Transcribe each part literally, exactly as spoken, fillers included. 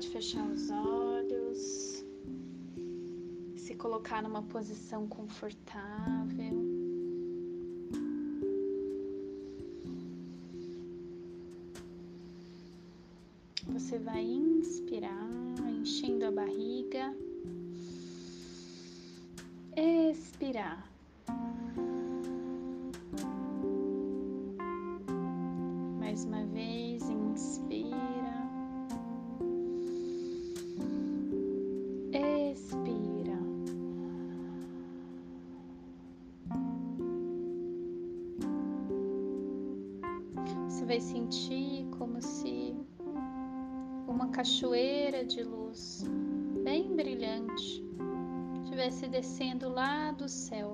pode fechar os olhos, se colocar numa posição confortável. Você vai inspirar, enchendo a barriga, expirar. Mais uma vez, inspira, expira. Você vai sentir como se uma cachoeira de luz bem brilhante estivesse descendo lá do céu.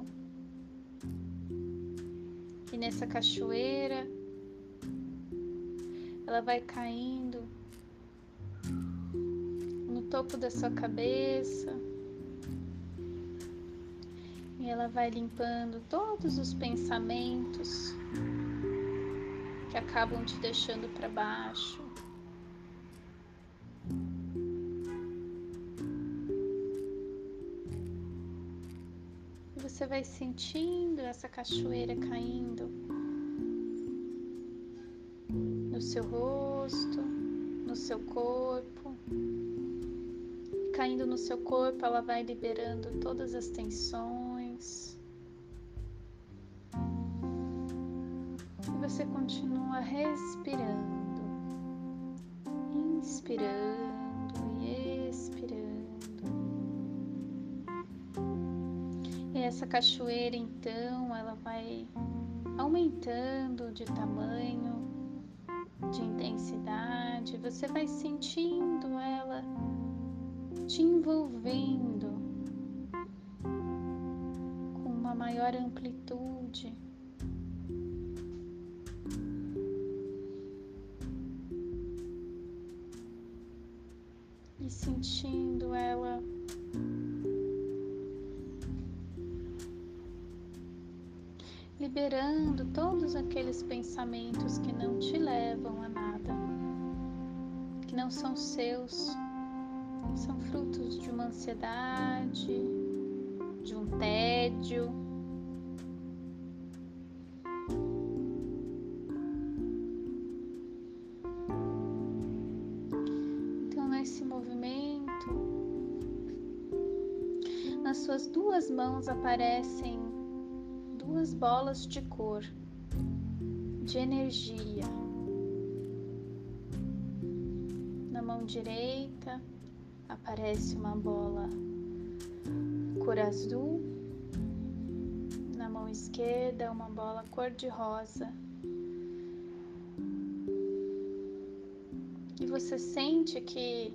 E nessa cachoeira ela vai caindo no topo da sua cabeça e ela vai limpando todos os pensamentos que acabam te deixando para baixo. E você vai sentindo essa cachoeira caindo no seu rosto, no seu corpo. Caindo no seu corpo, ela vai liberando todas as tensões. E você continua respirando, inspirando e expirando. E essa cachoeira, então, ela vai aumentando de tamanho, de intensidade. Você vai sentindo ela te envolvendo com uma maior amplitude. E sentindo ela liberando todos aqueles pensamentos que não te levam a nada, que não são seus, são frutos de uma ansiedade, de um tédio. Então, nesse movimento, nas suas duas mãos aparecem duas bolas de cor, de energia. Na mão direita aparece uma bola cor azul, na mão esquerda uma bola cor de rosa. E você sente que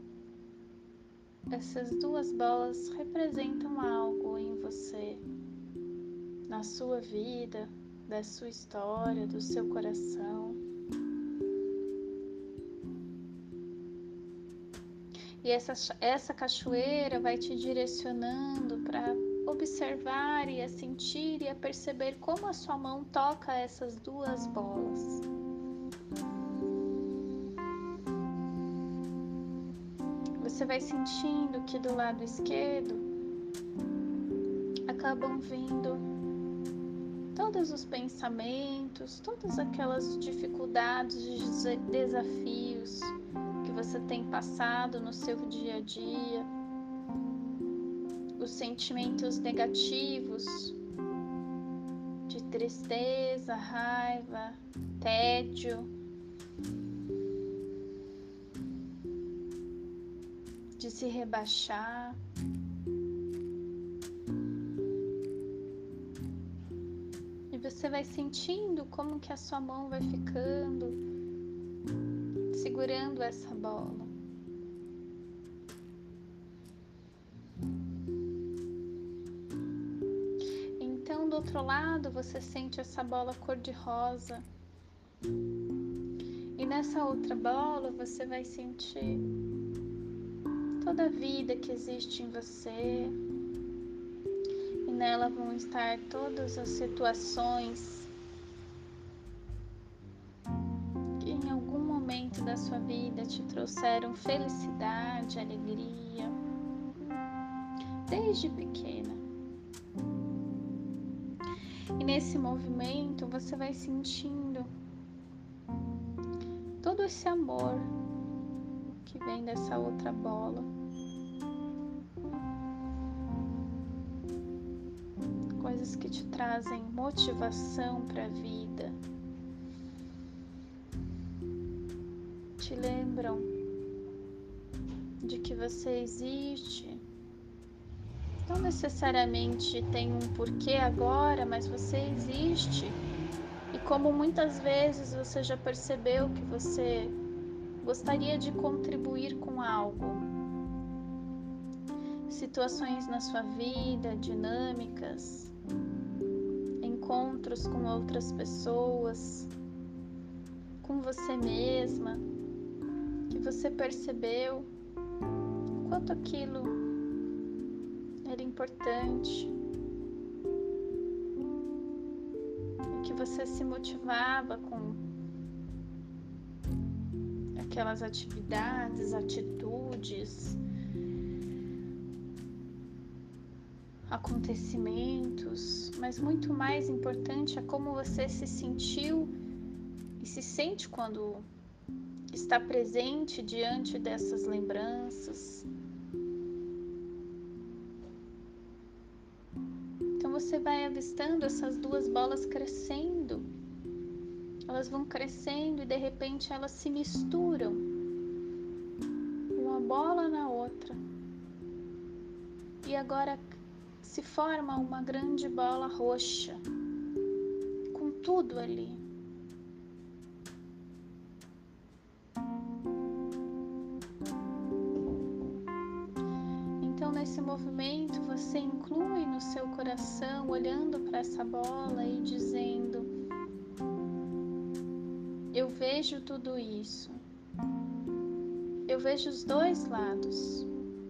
essas duas bolas representam algo em você, na sua vida, da sua história, do seu coração. E essa, essa cachoeira vai te direcionando para observar e a sentir e a perceber como a sua mão toca essas duas bolas. Você vai sentindo que do lado esquerdo acabam vindo todos os pensamentos, todas aquelas dificuldades e desafios que você tem passado no seu dia a dia, os sentimentos negativos de tristeza, raiva, tédio, de se rebaixar. E você vai sentindo como que a sua mão vai ficando segurando essa bola. Então, do outro lado, você sente essa bola cor-de-rosa. E nessa outra bola, você vai sentir toda a vida que existe em você. E nela vão estar todas as situações que em algum momento da sua vida te trouxeram felicidade, alegria, desde pequena. E nesse movimento você vai sentindo todo esse amor que vem dessa outra bola. Coisas que te trazem motivação para a vida. Te lembram de que você existe. Não necessariamente tem um porquê agora, mas você existe. E como muitas vezes você já percebeu que você gostaria de contribuir com algo. Situações na sua vida, dinâmicas, encontros com outras pessoas, com você mesma, que você percebeu quanto aquilo era importante, e que você se motivava com aquelas atividades, atitudes, acontecimentos, mas muito mais importante é como você se sentiu e se sente quando está presente diante dessas lembranças. Então você vai avistando essas duas bolas crescendo. Elas vão crescendo e de repente elas se misturam, uma bola na outra. E agora se forma uma grande bola roxa, com tudo ali. Então, nesse movimento, você inclui no seu coração, olhando para essa bola e dizendo: eu vejo tudo isso. Eu vejo os dois lados.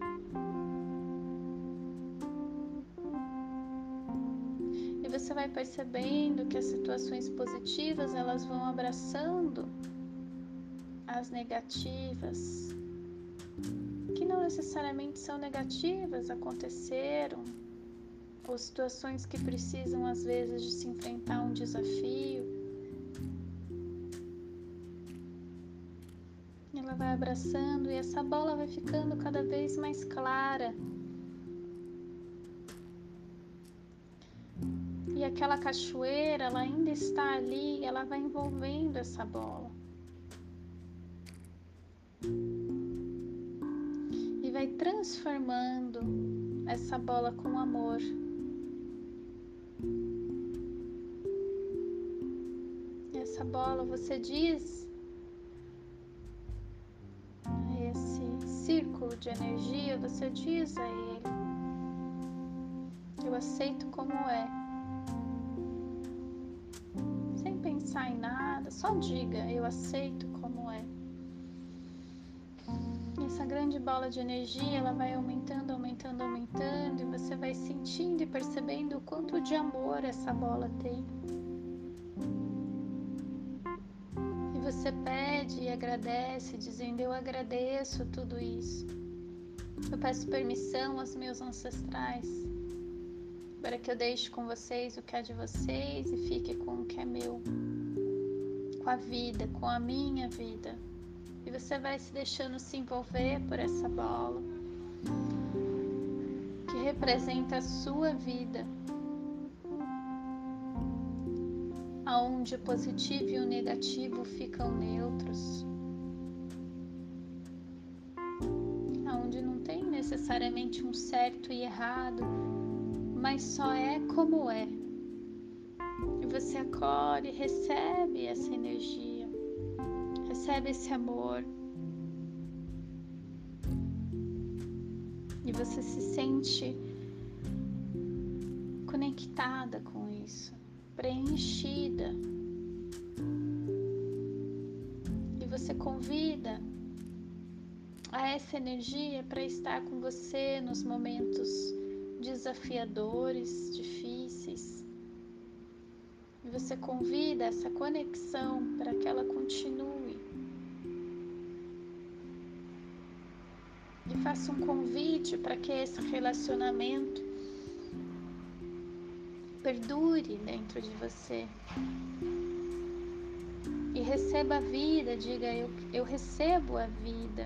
Você vai percebendo que as situações positivas, elas vão abraçando as negativas, que não necessariamente são negativas, aconteceram, ou situações que precisam às vezes de se enfrentar um desafio. Ela vai abraçando e essa bola vai ficando cada vez mais clara. E aquela cachoeira, ela ainda está ali, ela vai envolvendo essa bola. E vai transformando essa bola com amor. E essa bola, você diz, esse círculo de energia, você diz a ele: eu aceito como é. Pensar em nada, só diga: eu aceito como é. E essa grande bola de energia, ela vai aumentando, aumentando, aumentando, e você vai sentindo e percebendo o quanto de amor essa bola tem. E você pede e agradece, dizendo: eu agradeço tudo isso. Eu peço permissão aos meus ancestrais para que eu deixe com vocês o que é de vocês e fique com o que é meu, com a vida, com a minha vida. E você vai se deixando se envolver por essa bola que representa a sua vida, aonde o positivo e o negativo ficam neutros, aonde não tem necessariamente um certo e errado, mas só é como é. E você acolhe, recebe essa energia, recebe esse amor. E você se sente conectada com isso, preenchida. E você convida a essa energia para estar com você nos momentos desafiadores, difíceis. E você convida essa conexão para que ela continue. faça um convite para que esse relacionamento perdure dentro de você. E receba a vida, diga eu, eu recebo a vida.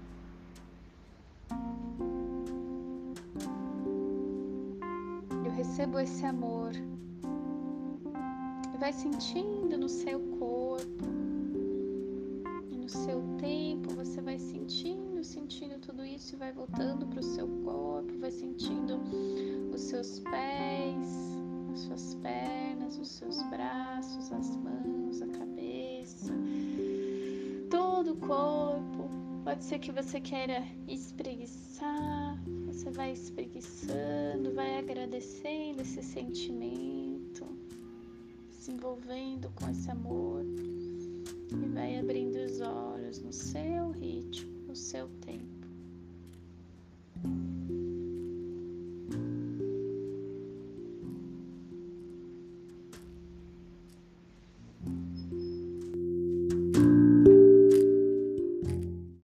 Eu recebo esse amor. E vai sentindo no seu corpo. E no seu tempo você vai sentindo, sentindo tudo isso e vai voltando para o seu corpo, vai sentindo os seus pés, as suas pernas, os seus braços, as mãos, a cabeça, todo o corpo. Pode ser que você queira espreguiçar, você vai espreguiçando, vai agradecendo esse sentimento, se envolvendo com esse amor e vai abrindo os olhos no seu ritmo, no seu tempo.